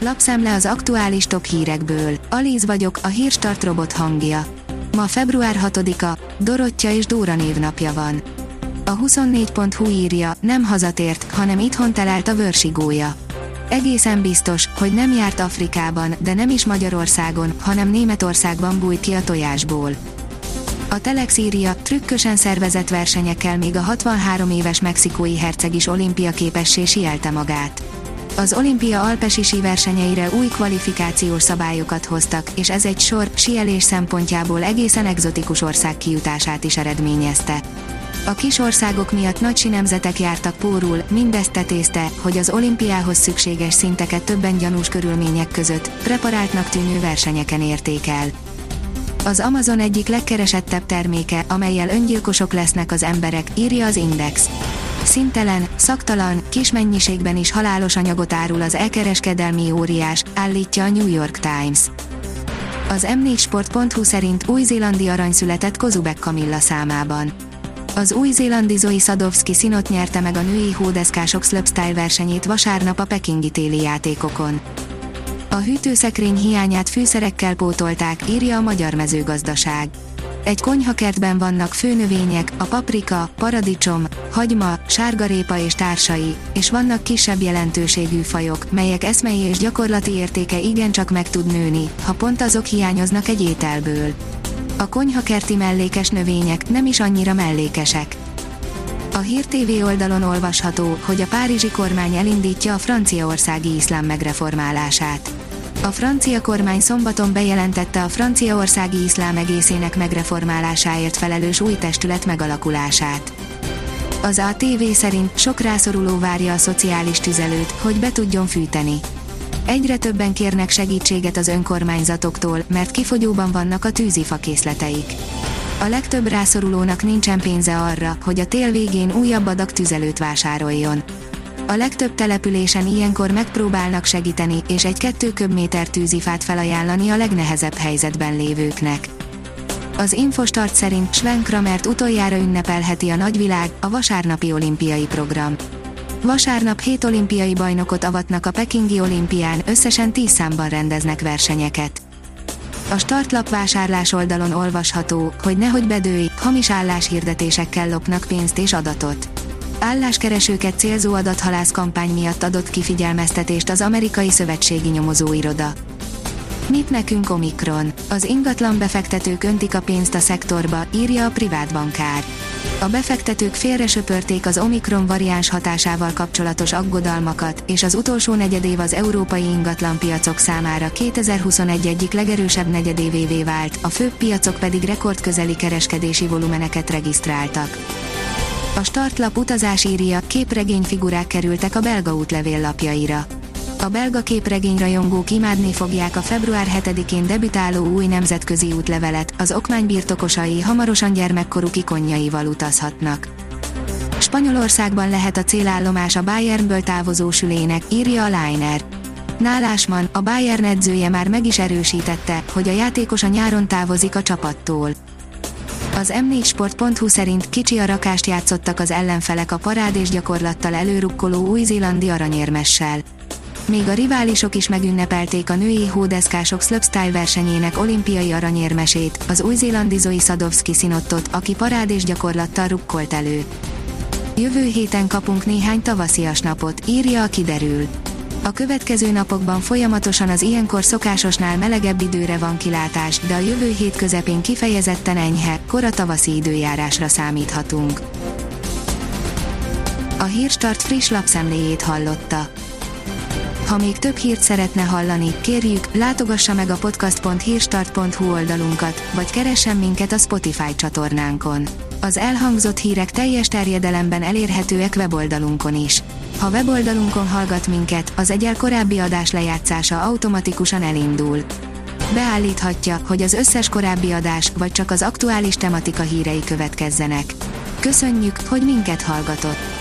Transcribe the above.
Lapszemle az aktuális top hírekből. Alíz vagyok, a Hírstart robot hangja. Ma február 6-a, Dorottya és Dóra névnapja van. A 24.hu írja, nem hazatért, hanem itthon telált a vörsigója. Egészen biztos, hogy nem járt Afrikában, de nem is Magyarországon, hanem Németországban bújt ki a tojásból. A Telex írja, trükkösen szervezett versenyekkel még a 63 éves mexikói herceg is olimpiaképessé sielte magát. Az olimpia alpesi síversenyeire új kvalifikációs szabályokat hoztak, és ez egy sor, síelés szempontjából egészen egzotikus ország kijutását is eredményezte. A kis országok miatt nagy sínemzetek jártak pórul, mindezt tetézte, hogy az olimpiához szükséges szinteket többen gyanús körülmények között, preparáltnak tűnő versenyeken érték el. Az Amazon egyik legkeresettebb terméke, amellyel öngyilkosok lesznek az emberek, írja az Index. Színtelen, szaktalan, kis mennyiségben is halálos anyagot árul az elkereskedelmi óriás, állítja a New York Times. Az m4sport.hu szerint új-zélandi arany született Kozubek Kamilla számában. Az új-zélandi Zoe Sadowski színot nyerte meg a női hódeszkások slopestyle versenyét vasárnap a pekingi téli játékokon. A hűtőszekrény hiányát fűszerekkel pótolták, írja a Magyar Mezőgazdaság. Egy konyhakertben vannak főnövények, a paprika, paradicsom, hagyma, sárgarépa és társai, és vannak kisebb jelentőségű fajok, melyek eszmei és gyakorlati értéke igencsak meg tud nőni, ha pont azok hiányoznak egy ételből. A konyhakerti mellékes növények nem is annyira mellékesek. A Hír TV oldalon olvasható, hogy a párizsi kormány elindítja a franciaországi iszlám megreformálását. A francia kormány szombaton bejelentette a franciaországi iszlám egészének megreformálásáért felelős új testület megalakulását. Az ATV szerint sok rászoruló várja a szociális tüzelőt, hogy be tudjon fűteni. Egyre többen kérnek segítséget az önkormányzatoktól, mert kifogyóban vannak a tűzifakészleteik. A legtöbb rászorulónak nincsen pénze arra, hogy a tél végén újabb adag tüzelőt vásároljon. A legtöbb településen ilyenkor megpróbálnak segíteni, és egy 2 köbméter tűzifát felajánlani a legnehezebb helyzetben lévőknek. Az Infostart szerint Sven Kramert utoljára ünnepelheti a nagyvilág, a vasárnapi olimpiai program. Vasárnap 7 olimpiai bajnokot avatnak a pekingi olimpián, összesen 10 számban rendeznek versenyeket. A startlap vásárlás oldalon olvasható, hogy nehogy bedőlj, hamis álláshirdetésekkel lopnak pénzt és adatot. Álláskeresőket célzó adathalász kampány miatt adott ki figyelmeztetést az amerikai szövetségi nyomozóiroda. Mit nekünk Omikron? Az ingatlan befektetők öntik a pénzt a szektorba, írja a privát bankár. A befektetők félresöpörték az Omikron variáns hatásával kapcsolatos aggodalmakat, és az utolsó negyedév az európai ingatlanpiacok számára 2021 egyik legerősebb negyedévévé vált, a főbb piacok pedig rekordközeli kereskedési volumeneket regisztráltak. A startlap utazás írja, képregényfigurák kerültek a belga útlevél lapjaira. A belga képregényrajongók imádni fogják a február 7-én debütáló új nemzetközi útlevelet, az okmány birtokosai hamarosan gyermekkoruk ikonjaival utazhatnak. Spanyolországban lehet a célállomás a Bayernből távozó Sülének, írja a Liner. Nálásman, a Bayern edzője már meg is erősítette, hogy a játékos a nyáron távozik a csapattól. Az m4sport.hu szerint kicsi a rakást játszottak az ellenfelek a parádés gyakorlattal előrukkoló új-zélandi aranyérmessel. Még a riválisok is megünnepelték a női hódeszkások slopestyle versenyének olimpiai aranyérmesét, az új-zélandi Zoe Sadowski színottot, aki parádés gyakorlattal rukkolt elő. Jövő héten kapunk néhány tavaszias napot, írja a Kiderül. A következő napokban folyamatosan az ilyenkor szokásosnál melegebb időre van kilátás, de a jövő hét közepén kifejezetten enyhe, kora tavaszi időjárásra számíthatunk. A Hírstart friss lapszemléjét hallotta. Ha még több hírt szeretne hallani, kérjük, látogassa meg a podcast.hírstart.hu oldalunkat, vagy keressen minket a Spotify csatornánkon. Az elhangzott hírek teljes terjedelemben elérhetőek weboldalunkon is. Ha weboldalunkon hallgat minket, az egyel korábbi adás lejátszása automatikusan elindul. Beállíthatja, hogy az összes korábbi adás, vagy csak az aktuális tematika hírei következzenek. Köszönjük, hogy minket hallgatott!